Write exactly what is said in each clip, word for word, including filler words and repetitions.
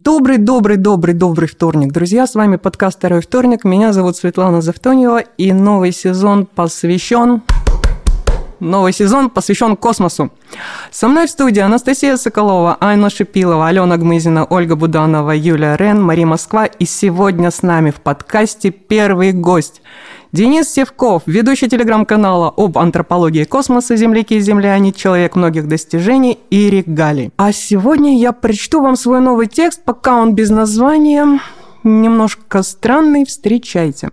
Добрый, добрый, добрый, добрый вторник, друзья. С вами подкаст «Второй вторник». Меня зовут Светлана Завтоньева, и новый сезон посвящен... Новый сезон посвящен космосу. Со мной в студии Анастасия Соколова, Айна Шипилова, Алена Гмызина, Ольга Буданова, Юлия Рен, Мария Москва. И сегодня с нами в подкасте первый гость. Денис Севков, ведущий телеграм-канала об антропологии космоса, земляки и земляне, человек многих достижений и регалий. А сегодня я прочту вам свой новый текст, пока он без названия, немножко странный. Встречайте.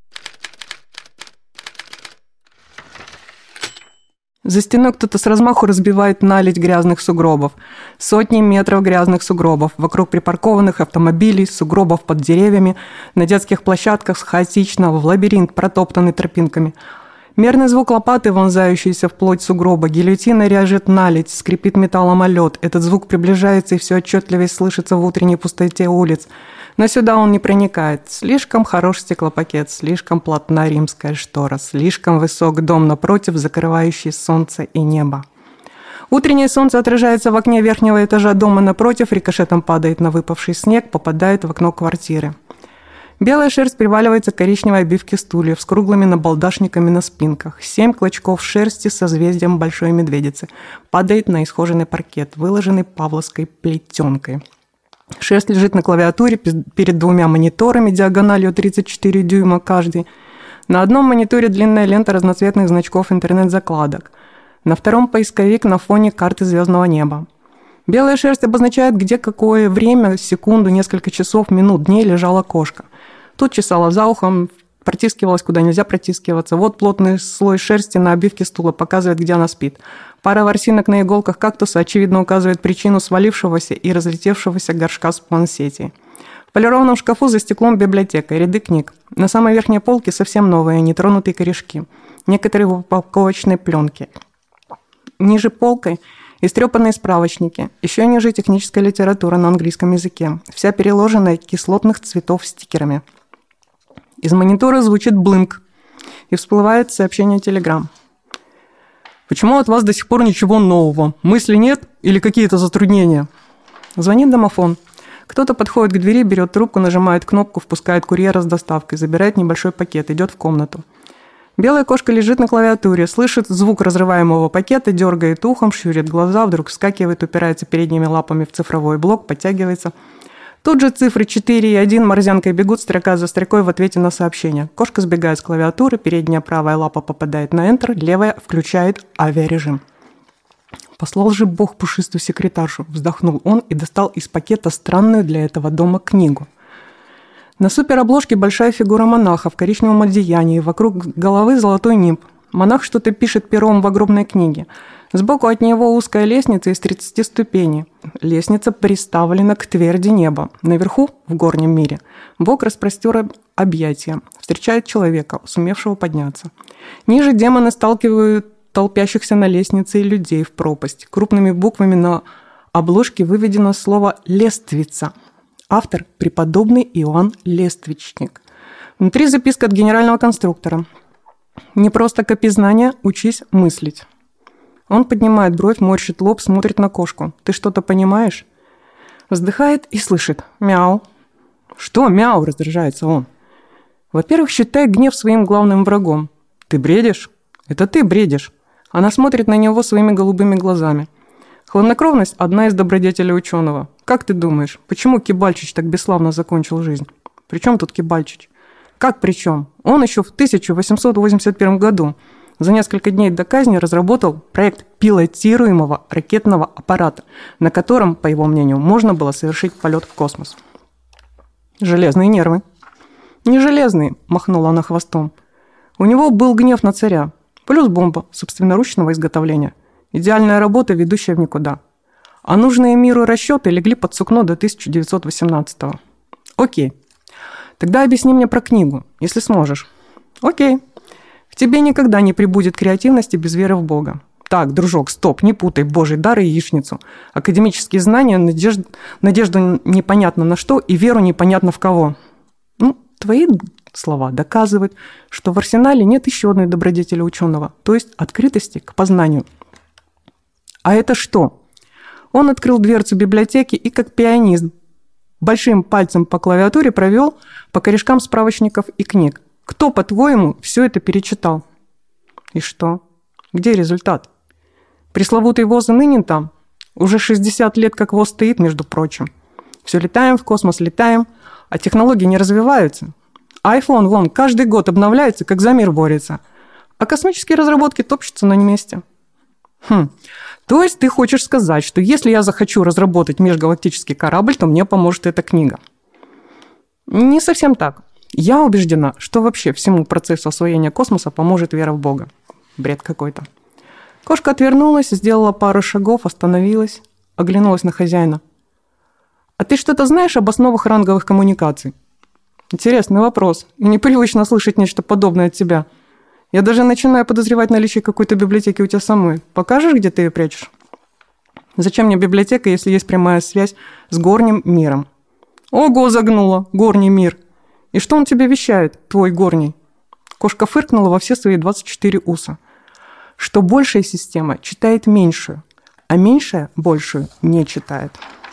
За стеной кто-то с размаху разбивает наледь грязных сугробов. Сотни метров грязных сугробов. Вокруг припаркованных автомобилей, сугробов под деревьями, на детских площадках хаотично, в лабиринт, протоптанный тропинками. Мерный звук лопаты, вонзающийся вплоть сугроба. Гильотина режет наледь, скрипит металлом о лед. Этот звук приближается и все отчетливее слышится в утренней пустоте улиц. Но сюда он не проникает. Слишком хорош стеклопакет, слишком плотна римская штора, слишком высок дом напротив, закрывающий солнце и небо. Утреннее солнце отражается в окне верхнего этажа дома напротив, рикошетом падает на выпавший снег, попадает в окно квартиры. Белая шерсть приваливается к коричневой обивке стульев с круглыми набалдашниками на спинках. Семь клочков шерсти с созвездием большой медведицы падает на исхоженный паркет, выложенный павловской плетенкой. Шерсть лежит на клавиатуре перед двумя мониторами диагональю тридцать четыре дюйма каждый. На одном мониторе длинная лента разноцветных значков интернет-закладок. На втором поисковик на фоне карты звездного неба. Белая шерсть обозначает, где какое время, секунду, несколько часов, минут, дней лежала кошка. Тут чесала за ухом, протискивалась, куда нельзя протискиваться. Вот плотный слой шерсти на обивке стула показывает, где она спит. Пара ворсинок на иголках кактуса, очевидно, указывает причину свалившегося и разлетевшегося горшка с пуансетией. В полированном шкафу за стеклом библиотека, ряды книг. На самой верхней полке совсем новые, нетронутые корешки. Некоторые в упаковочной пленке. Ниже полкой истрепанные справочники. Еще ниже техническая литература на английском языке. Вся переложенная кислотных цветов стикерами. Из монитора звучит блынк. И всплывает сообщение Telegram. Почему от вас до сих пор ничего нового? Мысли нет или какие-то затруднения? Звонит домофон. Кто-то подходит к двери, берет трубку, нажимает кнопку, впускает курьера с доставкой, забирает небольшой пакет, идет в комнату. Белая кошка лежит на клавиатуре, слышит звук разрываемого пакета, дергает ухом, щурит глаза, вдруг вскакивает, упирается передними лапами в цифровой блок, подтягивается. Тут же цифры четыре и один морзянкой бегут строка за строкой в ответе на сообщение. Кошка сбегает с клавиатуры, передняя правая лапа попадает на Enter, левая включает авиарежим. «Послал же Бог пушистую секретаршу», вздохнул он и достал из пакета странную для этого дома книгу. На суперобложке большая фигура монаха в коричневом одеянии, вокруг головы золотой нимб. Монах что-то пишет пером в огромной книге. Сбоку от него узкая лестница из тридцати ступеней. Лестница приставлена к тверди неба. Наверху, в горнем мире, Бог распростер объятия, встречает человека, сумевшего подняться. Ниже демоны сталкивают толпящихся на лестнице людей в пропасть. Крупными буквами на обложке выведено слово «лествица». Автор – преподобный Иоанн Лествичник. Внутри записка от генерального конструктора. «Не просто копи знания, учись мыслить». Он поднимает бровь, морщит лоб, смотрит на кошку. «Ты что-то понимаешь?» Вздыхает и слышит «мяу». «Что мяу?» – раздражается он. «Во-первых, считай гнев своим главным врагом. Ты бредишь? Это ты бредишь». Она смотрит на него своими голубыми глазами. Хладнокровность – одна из добродетелей ученого. Как ты думаешь, почему Кибальчич так бесславно закончил жизнь? При чем тут Кибальчич? Как при чем? Он еще в тысяча восемьсот восемьдесят первом году за несколько дней до казни разработал проект пилотируемого ракетного аппарата, на котором, по его мнению, можно было совершить полет в космос. Железные нервы. Не железные, махнула она хвостом. У него был гнев на царя, плюс бомба собственноручного изготовления. Идеальная работа, ведущая в никуда. А нужные миру расчеты легли под сукно до тысяча девятьсот восемнадцатого. Окей. Тогда объясни мне про книгу, если сможешь. Окей. В тебе никогда не прибудет креативности без веры в Бога. Так, дружок, стоп, не путай Божий дар и яичницу. Академические знания, надежд... надежду непонятно на что и веру непонятно в кого. Ну, твои слова доказывают, что в арсенале нет еще одной добродетели ученого, то есть открытости к познанию. А это что? Он открыл дверцу библиотеки и, как пианист, большим пальцем по клавиатуре провел по корешкам справочников и книг. Кто, по-твоему, все это перечитал? И что? Где результат? Пресловутый ВОЗ и ныне там. Уже шестьдесят лет как ВОЗ стоит, между прочим. Все летаем в космос, летаем, а технологии не развиваются. Айфон, вон, каждый год обновляется, как за мир борется. А космические разработки топчутся на месте. Хм. То есть ты хочешь сказать, что если я захочу разработать межгалактический корабль, то мне поможет эта книга? Не совсем так. Я убеждена, что вообще всему процессу освоения космоса поможет вера в Бога. Бред какой-то. Кошка отвернулась, сделала пару шагов, остановилась, оглянулась на хозяина. «А ты что-то знаешь об основах ранговых коммуникаций?» «Интересный вопрос. И непривычно слышать нечто подобное от тебя. Я даже начинаю подозревать наличие какой-то библиотеки у тебя самой. Покажешь, где ты ее прячешь?» «Зачем мне библиотека, если есть прямая связь с горним миром?» «Ого, загнула! Горний мир! И что он тебе вещает, твой горний?» Кошка фыркнула во все свои двадцать четыре уса. «Что большая система читает меньшую, а меньшая большую не читает».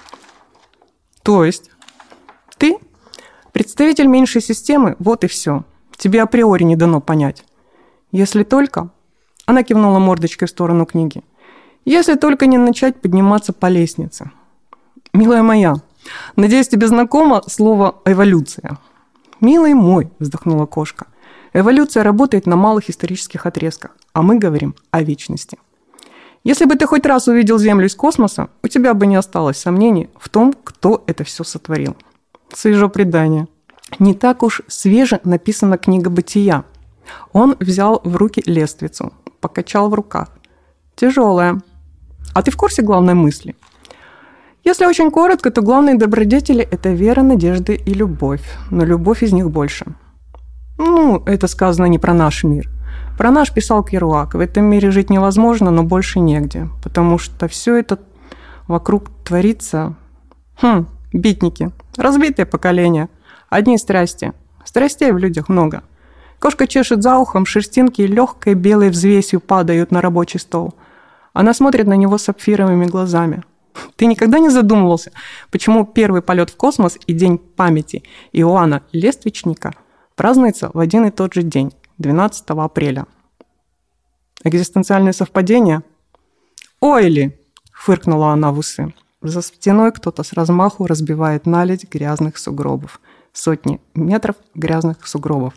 «То есть ты представитель меньшей системы, вот и все. Тебе априори не дано понять. Если только...» Она кивнула мордочкой в сторону книги. «Если только не начать подниматься по лестнице. Милая моя, надеюсь, тебе знакомо слово «эволюция». «Милый мой», вздохнула кошка, «эволюция работает на малых исторических отрезках, а мы говорим о вечности. Если бы ты хоть раз увидел Землю из космоса, у тебя бы не осталось сомнений в том, кто это все сотворил». Свежо предание. Не так уж свеже написана книга «Бытия». Он взял в руки лествицу, покачал в руках. Тяжелая. А ты в курсе главной мысли? Если очень коротко, то главные добродетели – это вера, надежда и любовь. Но любовь из них больше. Ну, это сказано не про наш мир. Про наш писал Керуак. В этом мире жить невозможно, но больше негде. Потому что все это вокруг творится... Хм, битники. Разбитое поколение. Одни страсти. Страстей в людях много. Кошка чешет за ухом, шерстинки легкой белой взвесью падают на рабочий стол. Она смотрит на него сапфировыми глазами. Ты никогда не задумывался, почему первый полет в космос и День памяти Иоанна Лествичника празднуется в один и тот же день, двенадцатого апреля? Экзистенциальное совпадение? «Ой ли!» – фыркнула она в усы. За стеной кто-то с размаху разбивает наледь грязных сугробов. Сотни метров грязных сугробов.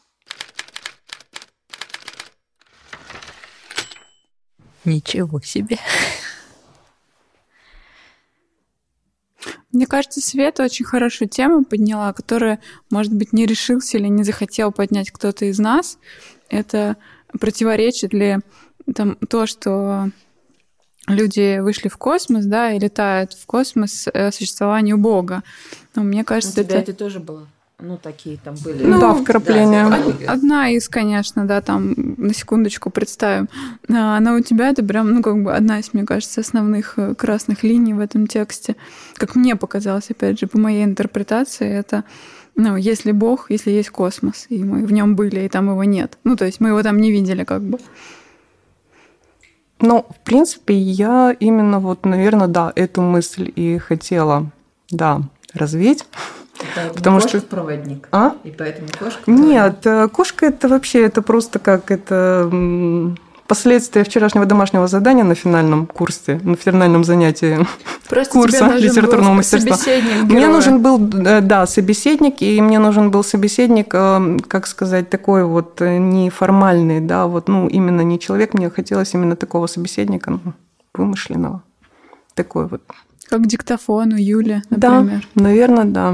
Ничего себе. Мне кажется, Света очень хорошую тему подняла, которая, может быть, не решился или не захотел поднять кто-то из нас. Это противоречит ли там, то, что люди вышли в космос, да, и летают в космос, существованию Бога. Но мне кажется, у тебя это... это тоже было. Ну, такие там были. Ну, да, вкрапления. Да, одна из, конечно, да, там, на секундочку представим. Но у тебя это прям, ну, как бы одна из, мне кажется, основных красных линий в этом тексте. Как мне показалось, опять же, по моей интерпретации, это, ну, если Бог, если есть космос, и мы в нем были, и там его нет. Ну, то есть мы его там не видели, как бы. Ну, в принципе, я именно вот, наверное, да, эту мысль и хотела, да, развить. Поэтому потому кошка что проводник. А? И поэтому кошка Нет, кошка это вообще, это просто как это последствия вчерашнего домашнего задания на финальном курсе, на финальном занятии Просто курса литературного мастерства. Мне нужен был, да, собеседник, и мне нужен был собеседник, как сказать, такой вот неформальный, да, вот, ну, именно не человек, мне хотелось именно такого собеседника, ну, вымышленного, такой вот. Как диктофон у Юли, например. Да, наверное, да.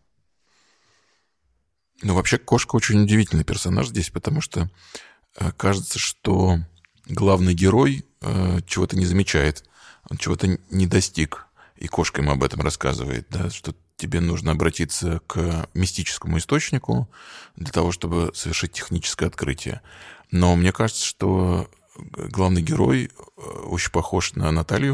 Ну, вообще, кошка очень удивительный персонаж здесь, потому что э, кажется, что главный герой э, чего-то не замечает, он чего-то не достиг. И кошка ему об этом рассказывает, да, что тебе нужно обратиться к мистическому источнику для того, чтобы совершить техническое открытие. Но мне кажется, что главный герой очень похож на Наталью.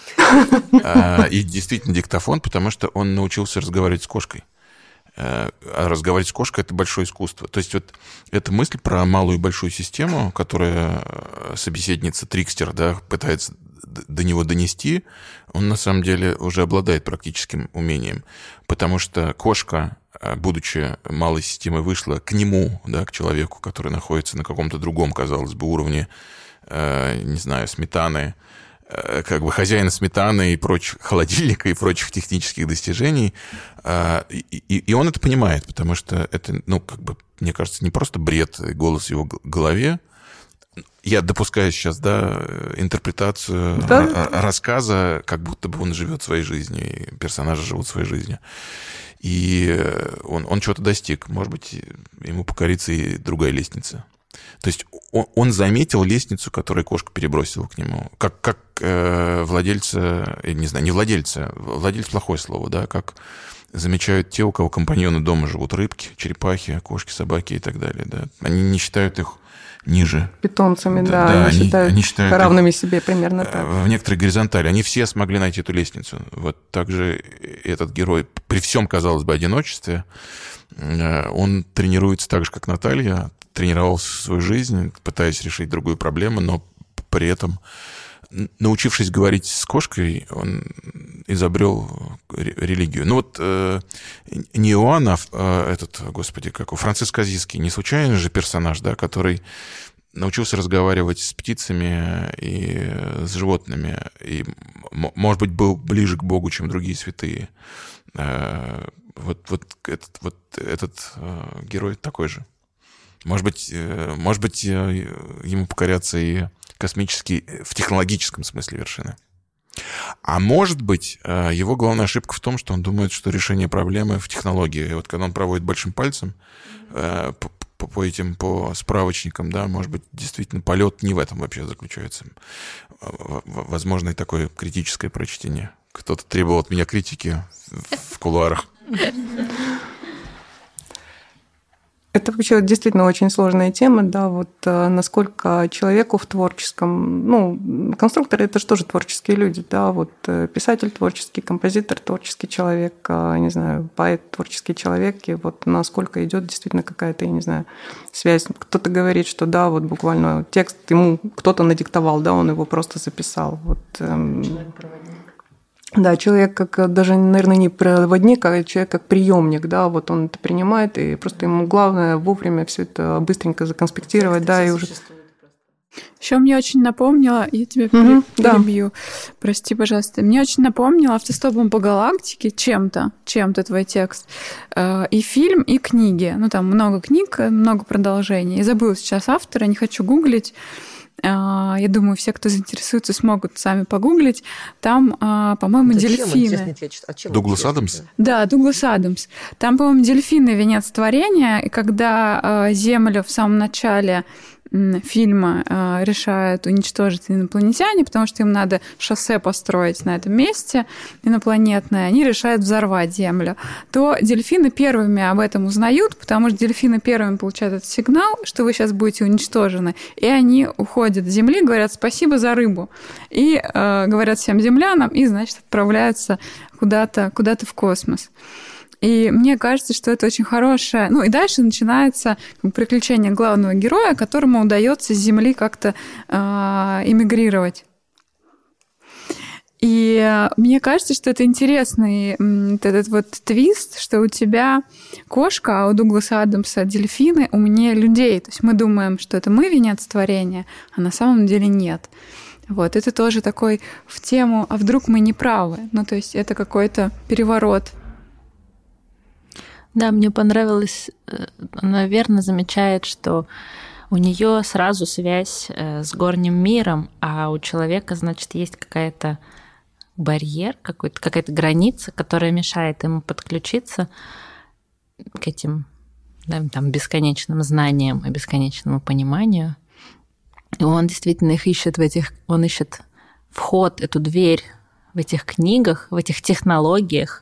И действительно диктофон, потому что он научился разговаривать с кошкой. А разговаривать с кошкой – это большое искусство. То есть вот эта мысль про малую и большую систему, которая собеседница Трикстер, да, пытается до него донести, он на самом деле уже обладает практическим умением. Потому что кошка, будучи малой системой, вышла к нему, да, к человеку, который находится на каком-то другом, казалось бы, уровне, не знаю, сметаны, как бы хозяина сметаны и прочих, холодильника и прочих технических достижений. И, и, и он это понимает, потому что это, ну, как бы, мне кажется, не просто бред, голос в его голове. Я допускаю сейчас, да, интерпретацию да? рассказа, как будто бы он живет своей жизнью, и персонажи живут своей жизнью. И он, он чего-то достиг. Может быть, ему покорится и другая лестница. То есть он, он заметил лестницу, которую кошка перебросила к нему. Как, как э, владельца, не знаю, не владельца, владелец плохое слово, да, как замечают те, у кого компаньоны дома живут: рыбки, черепахи, кошки, собаки и так далее. Да. Они не считают их ниже. Питомцами, да, да, да они, они считают, они считают равными их себе примерно так. В некоторой горизонтали. Они все смогли найти эту лестницу. Вот так же этот герой, при всем, казалось бы, одиночестве, он тренируется так же, как Наталья, тренировался всю свою жизнь, пытаясь решить другую проблему, но при этом, научившись говорить с кошкой, он изобрел религию. Ну вот э, не Иоанн, а э, этот, господи, как у Франциск Азийский, не случайно же персонаж, да, который научился разговаривать с птицами и с животными, и, может быть, был ближе к Богу, чем другие святые. Э, вот, вот этот, вот этот э, герой такой же. Может быть, может быть, ему покорятся и космические, в технологическом смысле, вершины. А может быть, его главная ошибка в том, что он думает, что решение проблемы в технологии. И вот когда он проводит большим пальцем по, по, по этим, по справочникам, да, может быть, действительно полет не в этом вообще заключается. Возможно, и такое критическое прочтение. Кто-то требовал от меня критики в кулуарах. Это вообще действительно очень сложная тема, да, вот насколько человеку в творческом, ну, конструкторы — это же тоже творческие люди, да, вот писатель творческий, композитор творческий человек, не знаю, поэт творческий человек, и вот насколько идет действительно какая-то, я не знаю, связь. Кто-то говорит, что да, вот буквально текст ему кто-то надиктовал, да, он его просто записал. Вот, человек-проводник. Да, человек как даже, наверное, не проводник, а человек как приемник, да, вот он это принимает, и просто ему главное вовремя все это быстренько законспектировать, да, и уже... Еще мне очень напомнило, я тебя угу, перебью, да. Прости, пожалуйста, мне очень напомнило «Автостопом по галактике» чем-то, чем-то твой текст, и фильм, и книги, ну там много книг, много продолжений, я забыла сейчас автора, не хочу гуглить. Я думаю, все, кто заинтересуется, смогут сами погуглить. Там, по-моему, это дельфины. Чем, Дуглас Адамс? Да, Дуглас Адамс. Там, по-моему, дельфины — венец творения. И когда Землю в самом начале фильма решают уничтожить инопланетяне, потому что им надо шоссе построить на этом месте инопланетное, они решают взорвать Землю, то дельфины первыми об этом узнают, потому что дельфины первыми получают этот сигнал, что вы сейчас будете уничтожены, и они уходят с Земли, говорят спасибо за рыбу, и э, говорят всем землянам, и, значит, отправляются куда-то, куда-то в космос. И мне кажется, что это очень хорошее... Ну, и дальше начинается приключение главного героя, которому удается с Земли как-то э, эмигрировать. И мне кажется, что это интересный этот вот твист, что у тебя кошка, а у Дугласа Адамса дельфины умнее людей. То есть мы думаем, что это мы венец творения, а на самом деле нет. Вот, это тоже такой в тему, а вдруг мы не правы? Ну, то есть это какой-то переворот. Да, мне понравилось, она верно замечает, что у нее сразу связь с горним миром, а у человека, значит, есть какая-то барьер, какой-то, какая-то граница, которая мешает ему подключиться к этим, да, там, бесконечным знаниям и бесконечному пониманию. И он действительно их ищет в этих, он ищет вход, эту дверь в этих книгах, в этих технологиях,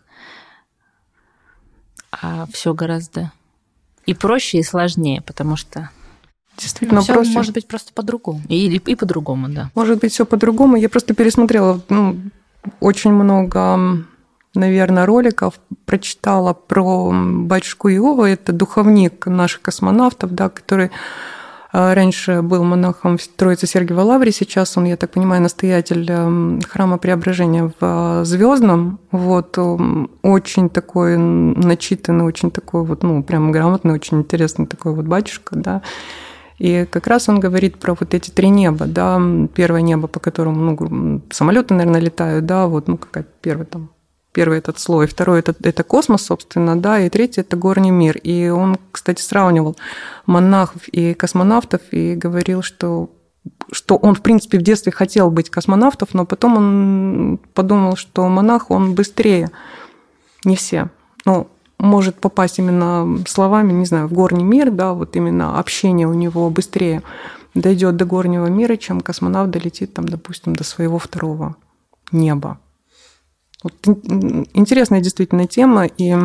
а все гораздо и проще, и сложнее, потому что действительно всё проще. Может быть просто по-другому. Или и по-другому, да. Может быть, все по-другому. Я просто пересмотрела, ну, очень много, наверное, роликов, прочитала про батюшку Иова, это духовник наших космонавтов, да, который раньше был монахом в Троице-Сергиевой лавре, сейчас он, я так понимаю, настоятель храма Преображения в Звездном. Вот, очень такой начитанный, очень такой вот, ну, прям грамотный, очень интересный такой вот батюшка, да. И как раз он говорит про вот эти три неба, да, первое небо, по которому, ну, самолеты, наверное, летают, да, вот, ну, какая первая там, первый этот слой, второй это, это космос, собственно, да, и третий это горний мир. И он, кстати, сравнивал монахов и космонавтов и говорил, что, что он, в принципе, в детстве хотел быть космонавтом, но потом он подумал, что монах, он быстрее, не все, ну, может попасть именно словами, не знаю, в горний мир, да, вот именно общение у него быстрее дойдет до горнего мира, чем космонавт долетит, там, допустим, до своего второго неба. Вот интересная действительно тема, и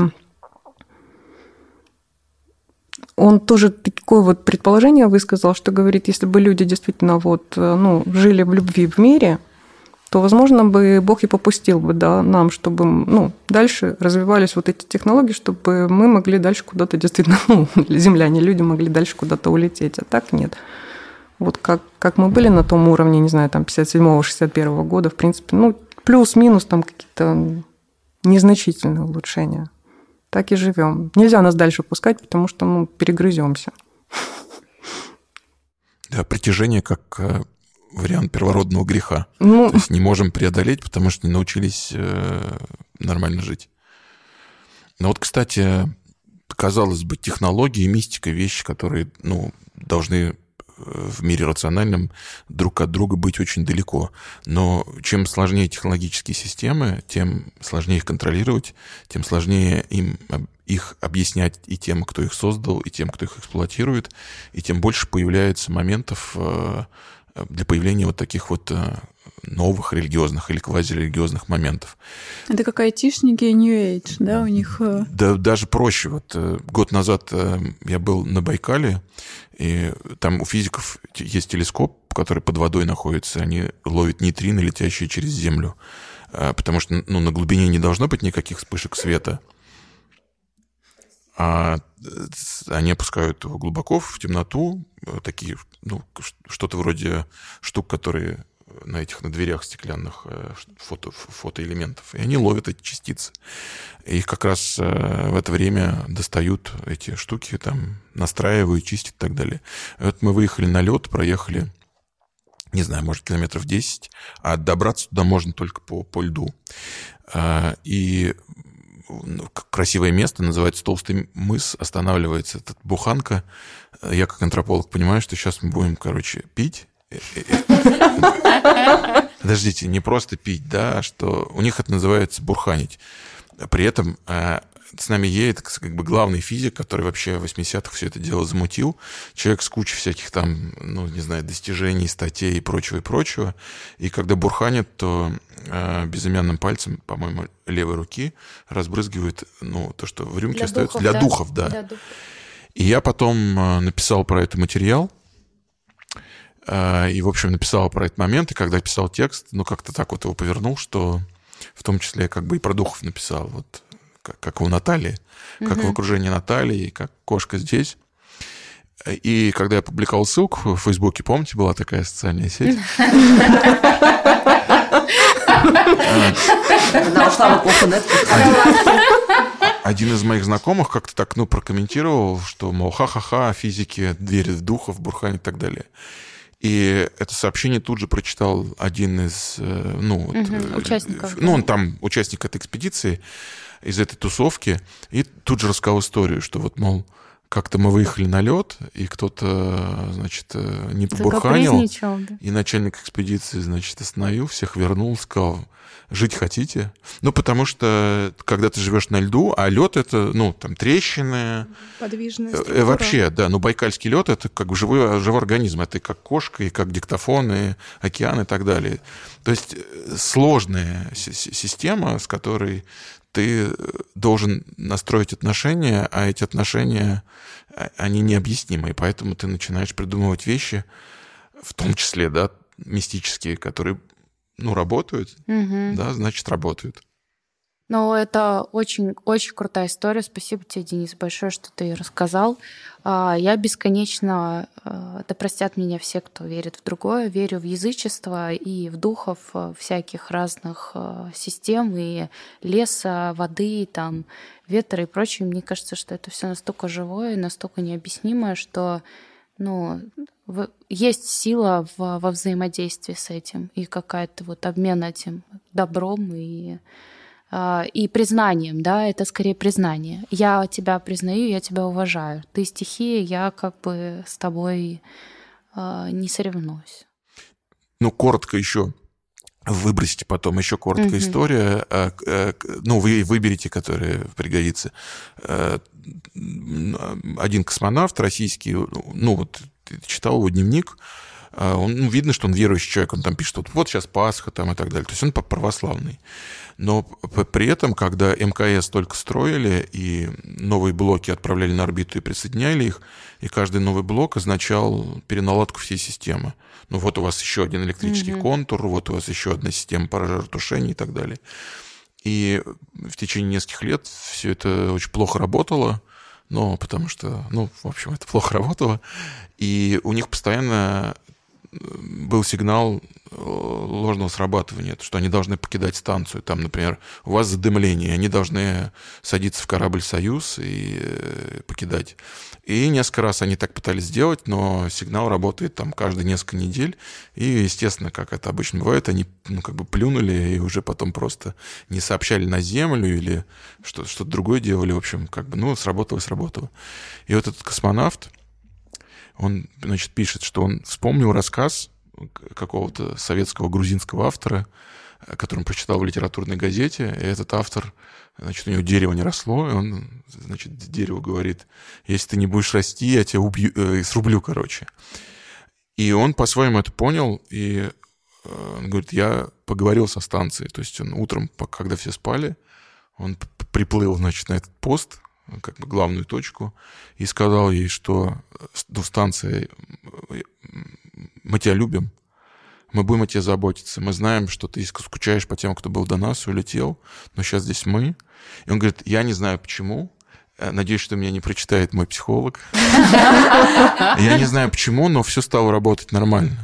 он тоже такое вот предположение высказал, что говорит, если бы люди действительно вот, ну, жили в любви в мире, то, возможно, бы Бог и попустил бы, да, нам, чтобы, ну, дальше развивались вот эти технологии, чтобы мы могли дальше куда-то действительно, ну, земляне, люди могли дальше куда-то улететь, а так нет. Вот как, как мы были на том уровне, не знаю, там, пятьдесят седьмого шестьдесят первого года, в принципе, ну, плюс-минус там какие-то незначительные улучшения. Так и живем. Нельзя нас дальше пускать, потому что, ну, перегрыземся. Да, притяжение как вариант первородного греха. Ну, то есть не можем преодолеть, потому что не научились э, нормально жить. Но вот, кстати, казалось бы, технологии, мистика, вещи, которые, ну, должны в мире рациональном друг от друга быть очень далеко. Но чем сложнее технологические системы, тем сложнее их контролировать, тем сложнее им их объяснять и тем, кто их создал, и тем, кто их эксплуатирует, и тем больше появляется моментов для появления вот таких вот новых религиозных или квазирелигиозных моментов. Это как айтишники и New Age, да, у них... Да, даже проще. Вот год назад я был на Байкале, и там у физиков есть телескоп, который под водой находится, они ловят нейтрино, летящие через Землю, потому что, ну, на глубине не должно быть никаких вспышек света, а они опускают его глубоко в темноту, такие, ну, что-то вроде штук, которые на этих, на дверях стеклянных фото, фотоэлементов, и они ловят эти частицы. И их как раз в это время достают эти штуки, там, настраивают, чистят и так далее. И вот мы выехали на лед, проехали, не знаю, может, километров десять, а добраться туда можно только по, по льду. И красивое место, называется Толстый мыс, останавливается эта буханка. Я как антрополог понимаю, что сейчас мы будем, короче, пить. Подождите, не просто пить, да, а что у них это называется бурханить. При этом э, с нами едет как бы главный физик, который вообще в восьмидесятых все это дело замутил. Человек с кучей всяких там, ну, не знаю, достижений, статей и прочего, и прочего. И когда бурханит, то э, безымянным пальцем, по-моему, левой руки разбрызгивает, ну, то, что в рюмке для остается духов, для да? духов, да. Для духов. И я потом э, написал про это материал. И, в общем, написал про этот момент, и когда писал текст, ну, как-то так вот его повернул, что в том числе как бы и про духов написал, вот как, как у Натальи, как угу. в окружении Натальи, как кошка здесь. И когда я публиковал ссылку в Фейсбуке, помните, была такая социальная сеть? Один из моих знакомых как-то так, ну, прокомментировал, что, мол, ха-ха-ха, физики верят в духов, бурхань и так далее. И это сообщение тут же прочитал один из, ну, угу, вот, участников. Ну, он там участник этой экспедиции, из этой тусовки, и тут же рассказал историю, что вот, мол, как-то мы выехали на лед, и кто-то, значит, не побурханил, да? И начальник экспедиции, значит, остановил всех, вернул, сказал: жить хотите? Ну, потому что, когда ты живешь на льду, а лед это, ну, там, трещины. Подвижная структура. Вообще, да, ну, байкальский лед это как бы живой, живой организм, это и как кошка, и как диктофон, и океан, и так далее. То есть сложная система, с которой ты должен настроить отношения, а эти отношения, они необъяснимы, и поэтому ты начинаешь придумывать вещи, в том числе, да, мистические, которые, ну, работают, угу. да, значит, работают. Ну, это очень-очень крутая история. Спасибо тебе, Денис, большое, что ты рассказал. Я бесконечно, да простят меня все, кто верит в другое, верю в язычество и в духов всяких разных систем, и леса, воды, там, ветра и прочее. Мне кажется, что это все настолько живое, настолько необъяснимое, что ну, есть сила в, во взаимодействии с этим, и какая-то вот обмен этим добром и и признанием, да, это скорее признание. Я тебя признаю, я тебя уважаю. Ты стихия, я как бы с тобой э, не соревнуюсь. Ну, коротко еще выбросите потом, еще короткая mm-hmm. история. Ну, вы выберите, которая пригодится. Один космонавт российский, ну, вот читал его дневник, он, ну, видно, что он верующий человек, он там пишет, вот, вот сейчас Пасха там, и так далее. То есть он православный. Но при этом, когда эм ка эс только строили, и новые блоки отправляли на орбиту и присоединяли их, и каждый новый блок означал переналадку всей системы. Ну вот у вас еще один электрический mm-hmm. контур, вот у вас еще одна система пожаротушения и так далее. И в течение нескольких лет все это очень плохо работало, но потому что, ну, в общем, это плохо работало. И у них постоянно был сигнал ложного срабатывания, что они должны покидать станцию. Там, например, у вас задымление, они должны садиться в корабль «Союз» и покидать. И несколько раз они так пытались сделать, но сигнал работает там каждые несколько недель. И, естественно, как это обычно бывает, они ну, как бы плюнули и уже потом просто не сообщали на Землю или что- что-то другое делали. В общем, как бы, ну, сработало и сработало. И вот этот космонавт, он, значит, пишет, что он вспомнил рассказ какого-то советского грузинского автора, который он прочитал в литературной газете, и этот автор, значит, у него дерево не росло, и он, значит, дереву говорит, если ты не будешь расти, я тебя убью, э, срублю, короче. И он по-своему это понял, и э, он говорит, я поговорил со станцией, то есть он утром, когда все спали, он приплыл, значит, на этот пост, как бы главную точку, и сказал ей, что ну, станция, мы тебя любим, мы будем о тебе заботиться, мы знаем, что ты скучаешь по тем, кто был до нас, улетел, но сейчас здесь мы. И он говорит, я не знаю почему, надеюсь, что меня не прочитает мой психолог. Я не знаю почему, но все стало работать нормально.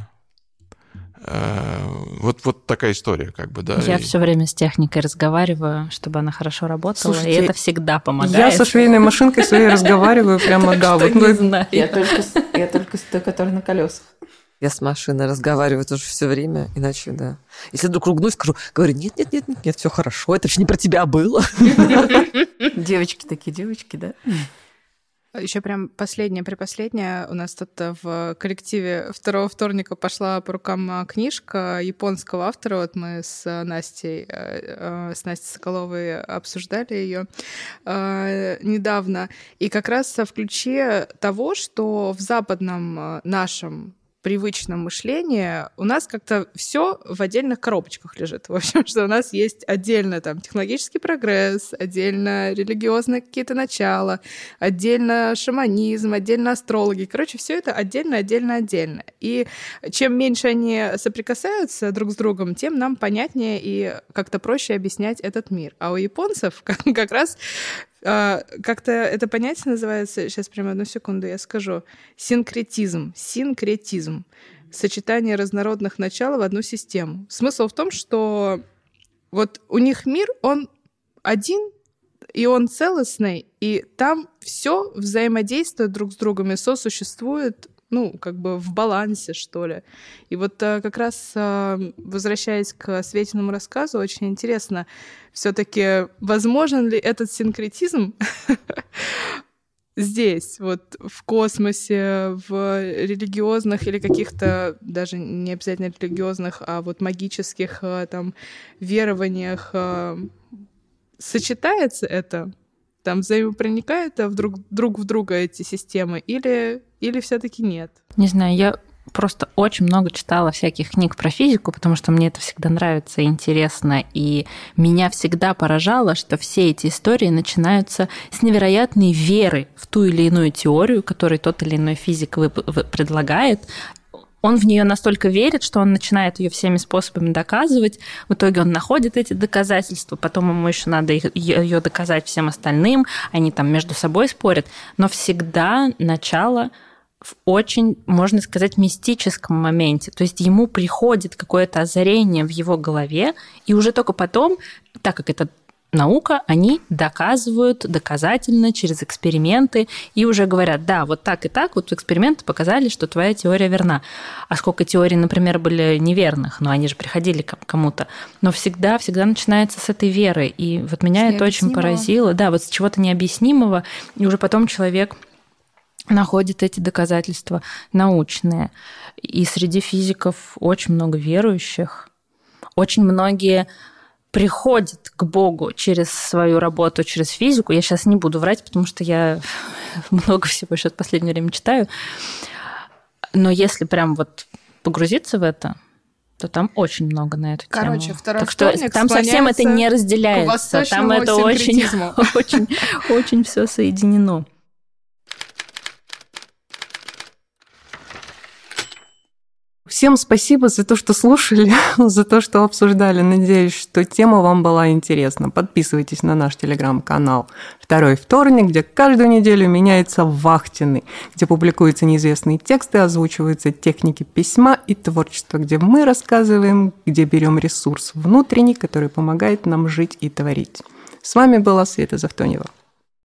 Вот, вот такая история, как бы, да. Я и... все время с техникой разговариваю, чтобы она хорошо работала, Слушайте, и это всегда помогает. Я со швейной машинкой своей разговариваю прямо, да. Вот, не знаю. Я только я только с той, которая на колесах. Я с машиной разговариваю тоже все время, иначе, да. Если вдруг ругнусь, скажу, говорю, нет, нет, нет, нет, нет, все хорошо, это же не про тебя было. Девочки такие, девочки, да? Еще прям последняя, припоследняя. У нас тут в коллективе второго вторника пошла по рукам книжка японского автора. Вот мы с Настей, с Настей Соколовой обсуждали ее недавно. И как раз в ключе того, что в западном нашем привычном мышлении у нас как-то все в отдельных коробочках лежит. В общем, что у нас есть отдельно там технологический прогресс, отдельно религиозные какие-то начала, отдельно шаманизм, отдельно астрологи. Короче, все это отдельно, отдельно, отдельно. И чем меньше они соприкасаются друг с другом, тем нам понятнее и как-то проще объяснять этот мир. А у японцев как раз как-то это понятие называется, сейчас прямо одну секунду я скажу, синкретизм. Синкретизм. Сочетание разнородных начал в одну систему. Смысл в том, что вот у них мир, он один, и он целостный, и там все взаимодействует друг с другом и сосуществует, ну, как бы в балансе, что ли. И вот как раз, возвращаясь к Светиному рассказу, очень интересно, все-таки возможен ли этот синкретизм здесь, вот в космосе, в религиозных или каких-то, даже не обязательно религиозных, а вот магических там верованиях сочетается это? Там взаимопроникают друг, друг в друга эти системы или, или все-таки нет? Не знаю, я просто очень много читала всяких книг про физику, потому что мне это всегда нравится и интересно, и меня всегда поражало, что все эти истории начинаются с невероятной веры в ту или иную теорию, которую тот или иной физик предлагает. он в нее настолько верит, что он начинает ее всеми способами доказывать. В итоге он находит эти доказательства, потом ему еще надо их, ее доказать всем остальным. Они там между собой спорят. Но всегда начало в очень, можно сказать, мистическом моменте. То есть ему приходит какое-то озарение в его голове, и уже только потом, так как это наука, они доказывают доказательно через эксперименты и уже говорят, да, вот так и так, вот эксперименты показали, что твоя теория верна. А сколько теорий, например, были неверных, но они же приходили к кому-то. Но всегда, всегда начинается с этой веры. И вот меня это очень поразило. Да, вот с чего-то необъяснимого, и уже потом человек находит эти доказательства научные. И среди физиков очень много верующих. Очень многие приходит к Богу через свою работу, через физику. Я сейчас не буду врать, потому что я много всего сейчас в последнее время читаю. Но если прям вот погрузиться в это, то там очень много на эту тему. Короче, второй так что там совсем это не разделяется. Там это очень, очень, очень все соединено. Всем спасибо за то, что слушали, за то, что обсуждали. Надеюсь, что тема вам была интересна. Подписывайтесь на наш телеграм-канал «Второй вторник», где каждую неделю меняется вахтенный, где публикуются неизвестные тексты, озвучиваются техники письма и творчества, где мы рассказываем, где берем ресурс внутренний, который помогает нам жить и творить. С вами была Света Завтонева.